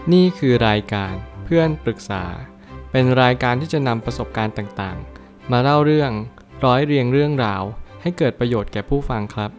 นี่คือรายการเพื่อนปรึกษาเป็นรายการที่จะนำประสบการณ์ต่างๆมาเล่าเรื่องร้อยเรียงเรื่องราวให้เกิดประโยชน์แก่ผู้ฟังครับ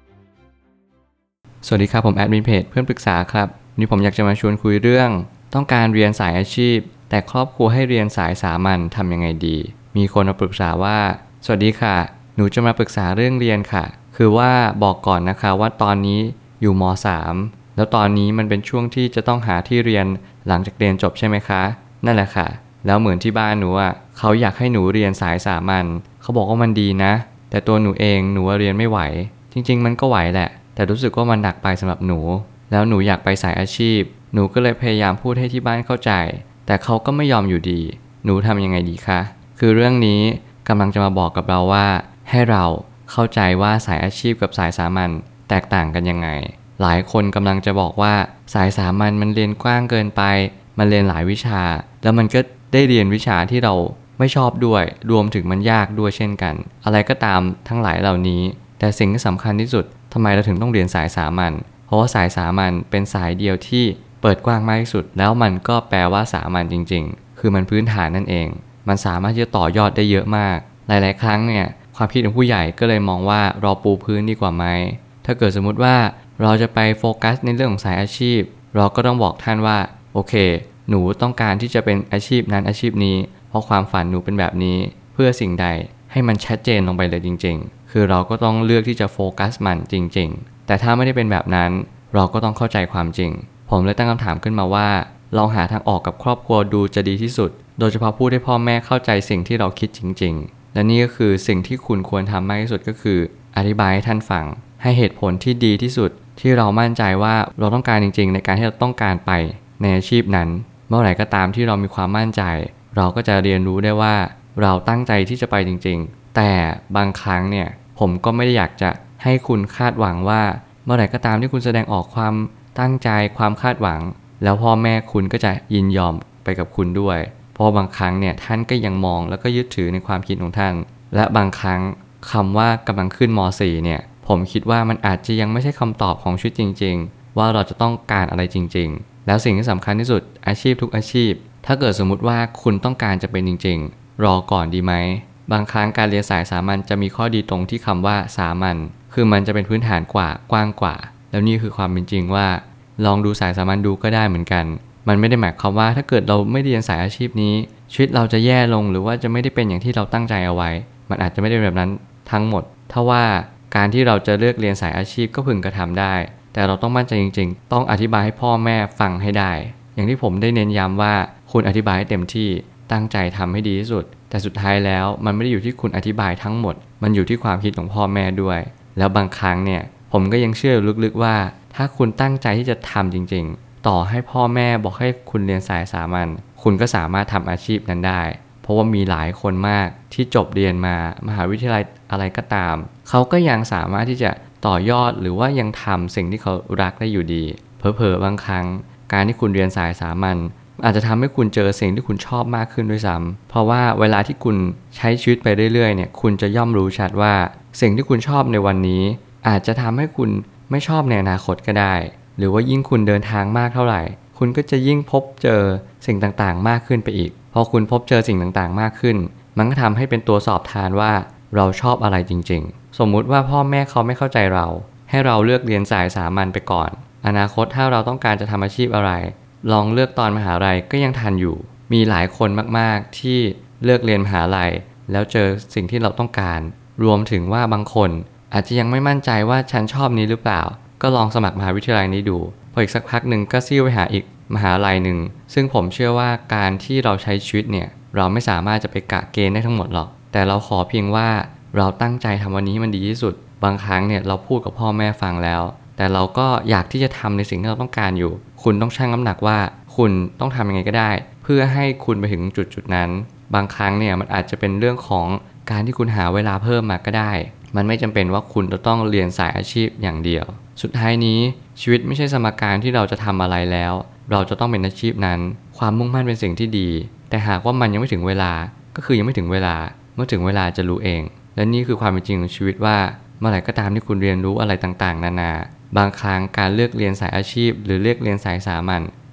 สวัสดีครับผมแอดมินเพจเพื่อนปรึกษาครับวันนี้ผมอยากจะมาชวนคุยเรื่องต้องการเรียนสายอาชีพแต่ครอบครัวให้เรียนสายสามัญทำยังไงดีมีคนมาปรึกษาว่าสวัสดีค่ะหนูจะมาปรึกษาเรื่องเรียนค่ะคือว่าบอกก่อนนะคะว่าตอนนี้อยู่ม.3 แล้วตอนนี้มันเป็นช่วงที่จะต้องหาที่เรียนหลังจากเรียนจบใช่ไหมคะนั่นแหละค่ะแล้วเหมือนที่บ้านหนูเขาอยากให้หนูเรียนสายสามัญเขาบอกว่ามันดีนะแต่ตัวหนูเองหนูเรียนไม่ไหวจริงๆมันก็ไหวแหละแต่รู้สึกว่ามันหนักไปสำหรับหนูแล้วหนูอยากไปสายอาชีพหนูก็เลยพยายามพูดให้ที่บ้านเข้าใจแต่เขาก็ไม่ยอมอยู่ดีหนูทำยังไงดีคะคือเรื่องนี้กำลังจะมาบอกกับเราว่าให้เราเข้าใจว่าสายอาชีพกับสายสามัญแตกต่างกันยังไงหลายคนกำลังจะบอกว่าสายสามัญมันเรียนกว้างเกินไปมันเรียนหลายวิชาแล้วมันก็ได้เรียนวิชาที่เราไม่ชอบด้วยรวมถึงมันยากด้วยเช่นกันอะไรก็ตามทั้งหลายเหล่านี้แต่สิ่งที่สำคัญที่สุดทำไมเราถึงต้องเรียนสายสามัญเพราะว่าสายสามัญเป็นสายเดียวที่เปิดกว้างมากที่สุดแล้วมันก็แปลว่าสามัญจริงๆคือมันพื้นฐานนั่นเองมันสามารถที่จะต่อยอดได้เยอะมากหลายๆครั้งเนี่ยความคิดของผู้ใหญ่ก็เลยมองว่าเราปูพื้นดีกว่าไหมถ้าเกิดสมมุติว่าเราจะไปโฟกัสในเรื่องของสายอาชีพเราก็ต้องบอกท่านว่าโอเคหนูต้องการที่จะเป็นอาชีพนั้นอาชีพนี้เพราะความฝันหนูเป็นแบบนี้เพื่อสิ่งใดให้มันชัดเจนลงไปเลยจริงๆคือเราก็ต้องเลือกที่จะโฟกัสมันจริงๆแต่ถ้าไม่ได้เป็นแบบนั้นเราก็ต้องเข้าใจความจริงผมเลยตั้งคำถามขึ้นมาว่าลองหาทางออกกับครอบครัวดูจะดีที่สุดโดยเฉพาะพูดให้พ่อแม่เข้าใจสิ่งที่เราคิดจริงๆและนี่ก็คือสิ่งที่คุณควรทำมากที่สุดก็คืออธิบายให้ท่านฟังให้เหตุผลที่ดีที่สุดที่เรามั่นใจว่าเราต้องการจริงๆในการที่เราต้องการไปในอาชีพนั้นเมื่อไหร่ก็ตามที่เรามีความมั่นใจเราก็จะเรียนรู้ได้ว่าเราตั้งใจที่จะไปจริงๆแต่บางครั้งเนี่ยผมก็ไม่ได้อยากจะให้คุณคาดหวังว่าเมื่อไหร่ก็ตามที่คุณแสดงออกความตั้งใจความคาดหวังแล้วพ่อแม่คุณก็จะยินยอมไปกับคุณด้วยเพราะบางครั้งเนี่ยท่านก็ยังมองแล้วก็ยึดถือในความคิดของท่านและบางครั้งคำว่ากำลังขึ้นม.4 เนี่ยผมคิดว่ามันอาจจะยังไม่ใช่คำตอบของชีวิตจริงๆว่าเราจะต้องการอะไรจริงๆแล้วสิ่งที่สำคัญที่สุดอาชีพทุกอาชีพถ้าเกิดสมมุติว่าคุณต้องการจะเป็นจริงๆรอก่อนดีไหมบางครั้งการเรียนสายสามัญจะมีข้อดีตรงที่คำว่าสามัญคือมันจะเป็นพื้นฐานกว้างกว่าแล้วนี่คือความเป็นจริงว่าลองดูสายสามัญดูก็ได้เหมือนกันมันไม่ได้หมายความว่าถ้าเกิดเราไม่เรียนสายอาชีพนี้ชีวิตเราจะแย่ลงหรือว่าจะไม่ได้เป็นอย่างที่เราตั้งใจเอาไว้มันอาจจะไม่ได้เป็นแบบนั้นทั้งหมดถ้าว่าการที่เราจะเลือกเรียนสายอาชีพก็พึงกระทำได้แต่เราต้องมั่นใจจริงๆต้องอธิบายให้พ่อแม่ฟังให้ได้อย่างที่ผมได้เน้นย้ำว่าคุณอธิบายให้เต็มที่ตั้งใจทำให้ดีที่สุดแต่สุดท้ายแล้วมันไม่ได้อยู่ที่คุณอธิบายทั้งหมดมันอยู่ที่ความคิดของพ่อแม่ด้วยแล้วบางครั้งเนี่ยผมก็ยังเชื่อลึกๆว่าถ้าคุณตั้งใจที่จะทำจริงๆต่อให้พ่อแม่บอกให้คุณเรียนสายสามัญคุณก็สามารถทำอาชีพนั้นได้เพราะว่ามีหลายคนมากที่จบเรียนมามหาวิทยาลัยอะไรก็ตามเขาก็ยังสามารถที่จะต่อยอดหรือว่ายังทำสิ่งที่เขารักได้อยู่ดีเผลอๆบางครั้งการที่คุณเรียนสายสามัญอาจจะทำให้คุณเจอสิ่งที่คุณชอบมากขึ้นด้วยซ้ำเพราะว่าเวลาที่คุณใช้ชีวิตไปเรื่อยๆเนี่ยคุณจะย่อมรู้ชัดว่าสิ่งที่คุณชอบในวันนี้อาจจะทำให้คุณไม่ชอบในอนาคตก็ได้หรือว่ายิ่งคุณเดินทางมากเท่าไหร่คุณก็จะยิ่งพบเจอสิ่งต่างๆมากขึ้นไปอีกพอคุณพบเจอสิ่งต่างๆมากขึ้นมันก็ทำให้เป็นตัวสอบทานว่าเราชอบอะไรจริงๆสมมุติว่าพ่อแม่เขาไม่เข้าใจเราให้เราเลือกเรียนสายสามัญไปก่อนอนาคตถ้าเราต้องการจะทำอาชีพอะไรลองเลือกตอนมหาลัยก็ยังทันอยู่มีหลายคนมากๆที่เลือกเรียนมหาลัยแล้วเจอสิ่งที่เราต้องการรวมถึงว่าบางคนอาจจะยังไม่มั่นใจว่าฉันชอบนี้หรือเปล่าก็ลองสมัครมหาวิทยาลัยนี้ดูพออีกสักพักหนึ่งก็ซิ่วไปหาอีกมหาลัยหนึ่งซึ่งผมเชื่อว่าการที่เราใช้ชีวิตเนี่ยเราไม่สามารถจะไปกะเกณฑ์ได้ทั้งหมดหรอกแต่เราขอเพียงว่าเราตั้งใจทำวันนี้ให้มันดีที่สุดบางครั้งเนี่ยเราพูดกับพ่อแม่ฟังแล้วแต่เราก็อยากที่จะทำในสิ่งที่เราต้องการอยู่คุณต้องชั่งน้ำหนักว่าคุณต้องทำยังไงก็ได้เพื่อให้คุณไปถึงจุดนั้นบางครั้งเนี่ยมันอาจจะเป็นเรื่องของการที่คุณหาเวลาเพิ่มมาก็ได้มันไม่จำเป็นว่าคุณจะต้องเรียนสายอาชีพอย่างเดียวสุดท้ายนี้ชีวิตไม่ใช่สมการที่เราจะทำอะไรแล้วเราจะต้องเป็นอาชีพนั้นความมุ่งมั่นเป็นสิ่งที่ดีแต่หากว่ามันยังไม่ถึงเวลาก็คือยังไม่ถึงเวลาเมื่อถึงเวลาจะรู้เองและนี่คือความเป็นจริงของชีวิตว่าเมื่อไหร่ก็ตามที่คุณเรียนรู้อะไรต่างๆนานาบางครั้งการเลือกเรียนสายอาชีพหรือเลือกเรียนสายสามัญ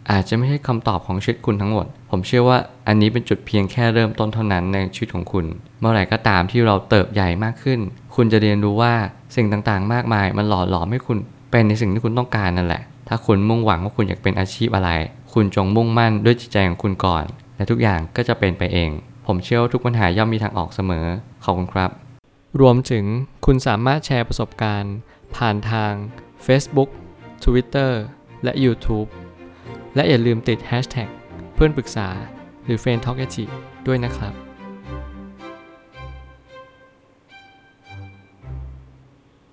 อาจจะไม่ใช่คำตอบของชีวิตคุณทั้งหมดผมเชื่อว่าอันนี้เป็นจุดเพียงแค่เริ่มต้นเท่านั้นในชีวิตของคุณเมื่อไหร่ก็ตามที่เราเติบใหญ่มากขึ้นคุณจะเรียนรู้ว่าสิ่งต่างๆมากมายมันหล่อหลอมให้คุณเป็นในสิ่งที่คุณต้องการนั่นแหละถ้าคุณมุ่งหวังว่าคุณอยากเป็นอาชีพอะไรคุณจงมุ่งมั่นด้วยจิตใจของคุณก่อนและทุกอย่างก็จะเป็นไปเองผมเชื่อว่าทุกปัญหาย่อมมีทางออกเสมอขอบคุณครับรวมถึงคุณสามารถแชร์ประสบการณ์ผ่านทาง Facebook Twitter และ YouTube และอย่าลืมติด Hashtag เพื่อนปรึกษาหรือ Friend Talk ด้วยนะครับ